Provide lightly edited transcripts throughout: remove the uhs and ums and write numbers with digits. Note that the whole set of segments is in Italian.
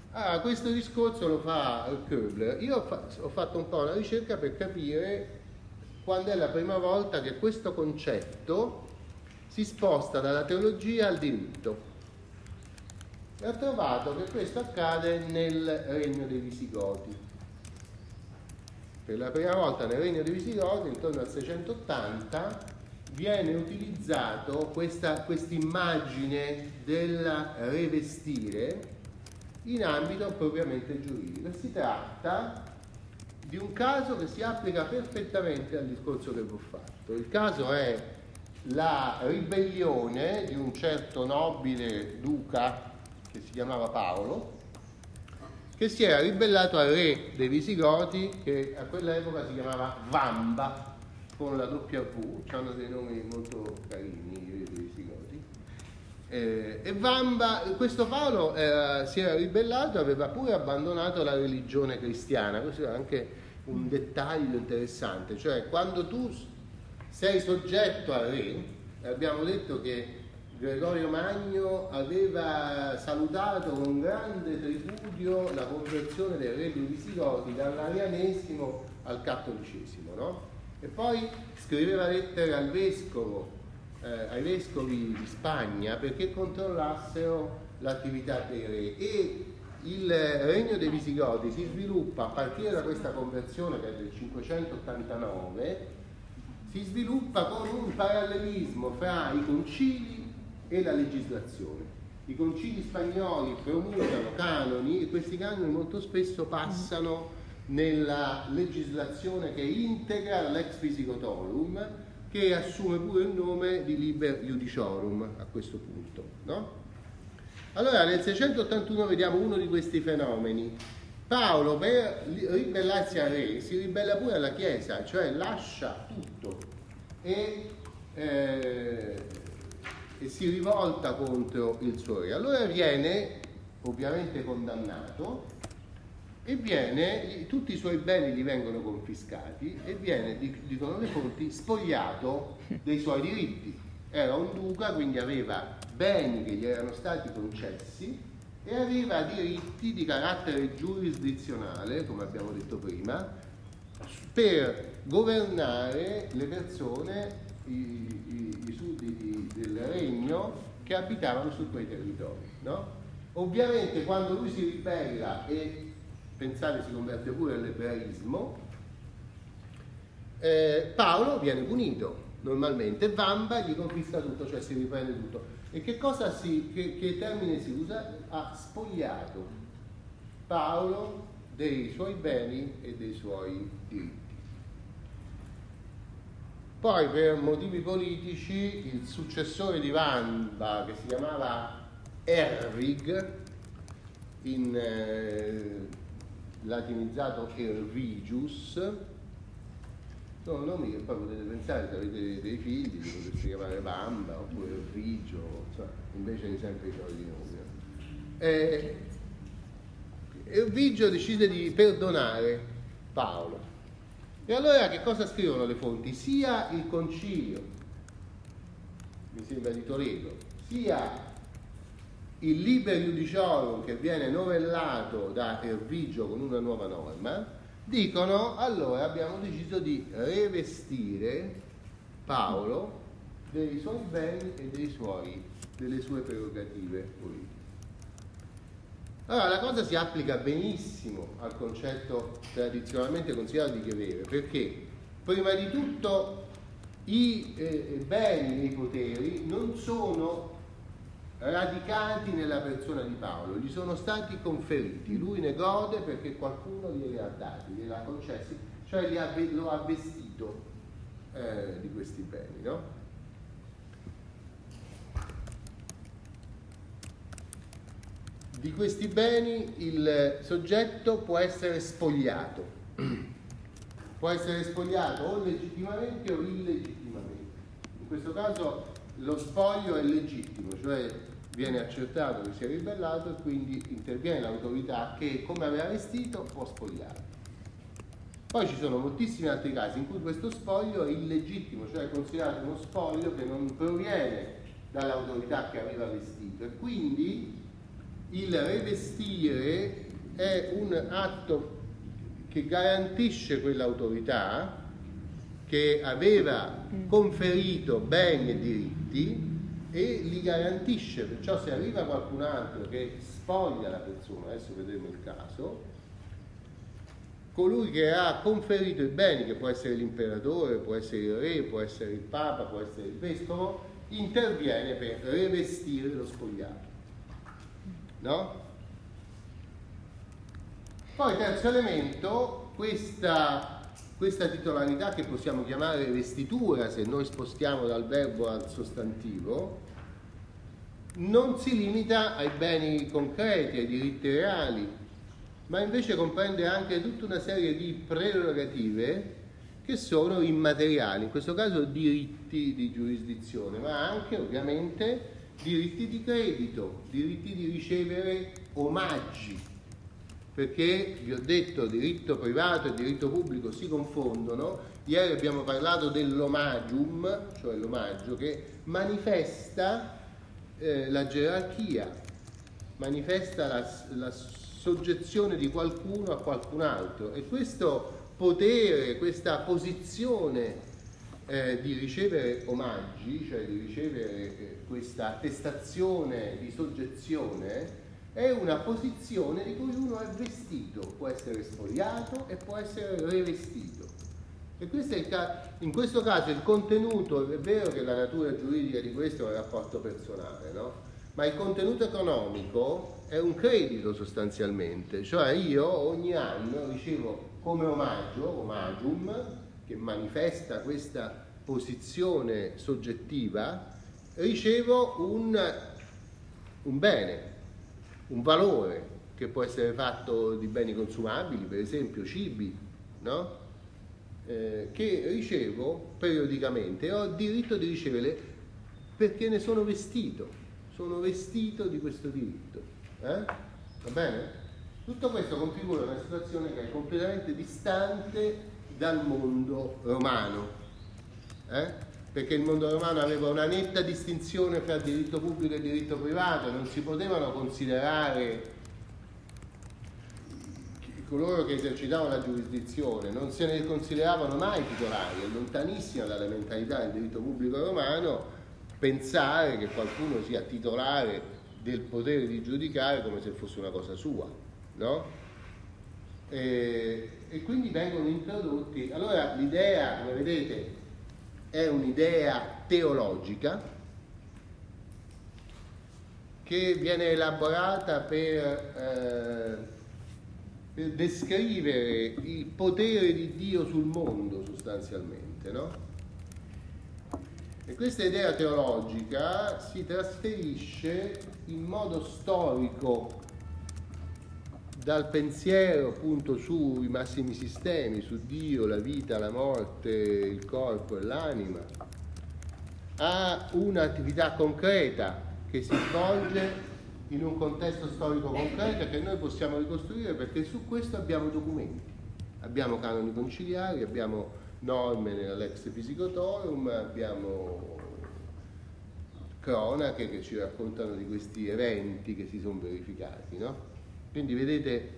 Ah, questo discorso lo fa Köbler. Io ho fatto un po' una ricerca per capire quando è la prima volta che questo concetto si sposta dalla teologia al diritto. E ho trovato che questo accade nel regno dei Visigoti. Per la prima volta nel regno dei Visigoti, intorno al 680, viene utilizzato questa immagine del rivestire in ambito propriamente giuridico. Si tratta di un caso che si applica perfettamente al discorso che vi ho fatto. Il caso è la ribellione di un certo nobile duca che si chiamava Paolo, che si era ribellato al re dei Visigoti, che a quell'epoca si chiamava Vamba, con la W, hanno dei nomi molto carini i re dei Visigoti. E Vamba, questo Paolo si era ribellato e aveva pure abbandonato la religione cristiana. Questo è anche un dettaglio interessante, cioè quando tu sei soggetto al re, abbiamo detto che Gregorio Magno aveva salutato con grande tripudio la conversione del re dei Visigoti dall'arianesimo al cattolicesimo, no? E poi scriveva lettere al vescovo, ai vescovi di Spagna perché controllassero l'attività dei re, e il regno dei Visigoti si sviluppa a partire da questa conversione che è del 589, si sviluppa con un parallelismo fra i concili e la legislazione. I concili spagnoli promulgano canoni e questi canoni molto spesso passano nella legislazione che integra l'ex Visigotorum, che assume pure il nome di Liber Iudiciorum a questo punto, no? Allora nel 681 vediamo uno di questi fenomeni. Paolo, per ribellarsi al re, si ribella pure alla Chiesa, cioè lascia tutto e si rivolta contro il suo re. Allora viene ovviamente condannato e tutti i suoi beni gli vengono confiscati e viene, dicono le fonti, spogliato dei suoi diritti. Era un duca, quindi aveva beni che gli erano stati concessi e aveva diritti di carattere giurisdizionale, come abbiamo detto prima, per governare le persone, i sudditi del regno che abitavano su quei territori, no? Ovviamente quando lui si ribella e pensate si converte pure all'ebraismo, Paolo viene punito normalmente, Vamba gli confisca tutto, cioè si riprende tutto. E che termine si usa? Ha spogliato Paolo dei suoi beni e dei suoi diritti. Poi per motivi politici il successore di Vamba, che si chiamava Ervig, in latinizzato Ervigius, sono nomi che poi potete pensare se avete dei figli, li potete chiamare Vamba oppure Ervigio, invece di sempre i soliti nomi. Ervigio decide di perdonare Paolo. E allora che cosa scrivono le fonti? Sia il concilio, mi sembra di Toledo, sia il Liber Iudiciorum che viene novellato da Ervigio con una nuova norma, dicono allora abbiamo deciso di rivestire Paolo dei suoi beni e delle sue prerogative politiche. Allora la cosa si applica benissimo al concetto tradizionalmente considerato di Chevere, perché prima di tutto i beni e i poteri non sono radicati nella persona di Paolo, gli sono stati conferiti, lui ne gode perché qualcuno glieli ha dati, glieli ha concessi, cioè lo ha vestito di questi beni, no? Di questi beni il soggetto può essere spogliato o legittimamente o illegittimamente. In questo caso lo spoglio è legittimo, cioè viene accertato che si è ribellato e quindi interviene l'autorità che, come aveva vestito, può spogliare. Poi ci sono moltissimi altri casi in cui questo spoglio è illegittimo, cioè è considerato uno spoglio che non proviene dall'autorità che aveva vestito e quindi il rivestire è un atto che garantisce quell'autorità che aveva conferito beni e diritti e li garantisce, perciò se arriva qualcun altro che spoglia la persona, adesso vedremo il caso, colui che ha conferito i beni, che può essere l'imperatore, può essere il re, può essere il papa, può essere il vescovo, interviene per rivestire lo spogliato, no? Poi terzo elemento, questa titolarità che possiamo chiamare vestitura, se noi spostiamo dal verbo al sostantivo, non si limita ai beni concreti, ai diritti reali, ma invece comprende anche tutta una serie di prerogative che sono immateriali, in questo caso diritti di giurisdizione, ma anche ovviamente diritti di credito, diritti di ricevere omaggi, perché vi ho detto diritto privato e diritto pubblico si confondono. Ieri abbiamo parlato dell'omagium, cioè l'omaggio che manifesta la gerarchia, manifesta la soggezione di qualcuno a qualcun altro, e questo potere, questa posizione di ricevere omaggi, cioè di ricevere questa attestazione di soggezione, è una posizione di cui uno è vestito, può essere spogliato e può essere rivestito. E questo è in questo caso il contenuto, è vero che la natura giuridica di questo è un rapporto personale, no? Ma il contenuto economico è un credito sostanzialmente, cioè io ogni anno ricevo come omaggio, omagium, che manifesta questa posizione soggettiva, ricevo un bene, un valore che può essere fatto di beni consumabili, per esempio cibi, no? Che ricevo periodicamente e ho il diritto di riceverle perché ne sono vestito di questo diritto. Va bene? Tutto questo configura una situazione che è completamente distante dal mondo romano, perché il mondo romano aveva una netta distinzione fra diritto pubblico e diritto privato, non si potevano considerare coloro che esercitavano la giurisdizione, non se ne consideravano mai titolari. È lontanissima dalla mentalità del diritto pubblico romano pensare che qualcuno sia titolare del potere di giudicare come se fosse una cosa sua, no? E quindi vengono introdotti. Allora l'idea, come vedete, è un'idea teologica che viene elaborata per descrivere il potere di Dio sul mondo sostanzialmente, no? E questa idea teologica si trasferisce in modo storico dal pensiero appunto sui massimi sistemi, su Dio, la vita, la morte, il corpo e l'anima, a un'attività concreta che si svolge in un contesto storico concreto che noi possiamo ricostruire, perché su questo abbiamo documenti, abbiamo canoni conciliari, abbiamo norme nella Lex Physicotorum, abbiamo cronache che ci raccontano di questi eventi che si sono verificati, no? Quindi vedete,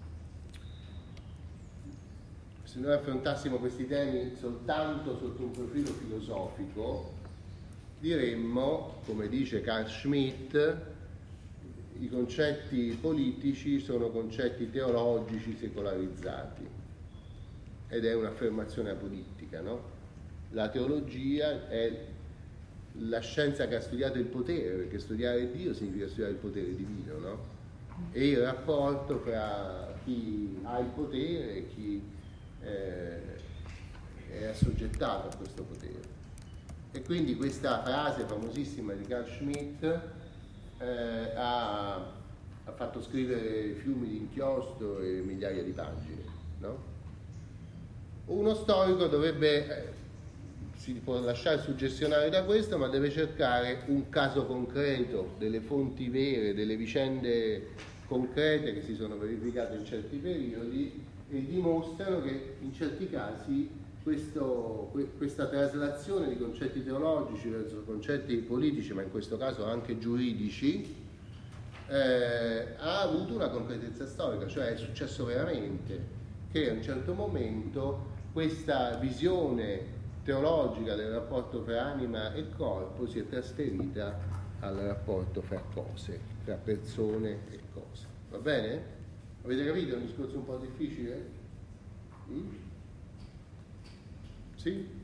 se noi affrontassimo questi temi soltanto sotto un profilo filosofico, diremmo, come dice Carl Schmitt, i concetti politici sono concetti teologici secolarizzati, ed è un'affermazione apodittica, no? La teologia è la scienza che ha studiato il potere, perché studiare Dio significa studiare il potere divino, no? E il rapporto fra chi ha il potere e chi è assoggettato a questo potere. E quindi questa frase famosissima di Carl Schmitt ha fatto scrivere fiumi di inchiostro e migliaia di pagine, no? Uno storico si può lasciare suggestionare da questo, ma deve cercare un caso concreto, delle fonti vere, delle vicende concrete che si sono verificate in certi periodi e dimostrano che in certi casi questa traslazione di concetti teologici verso concetti politici, ma in questo caso anche giuridici, ha avuto una concretezza storica, cioè è successo veramente che a un certo momento questa visione teologica del rapporto fra anima e corpo si è trasferita al rapporto fra cose, fra persone e cose. Va bene? Avete capito? È un discorso un po' difficile? Sì?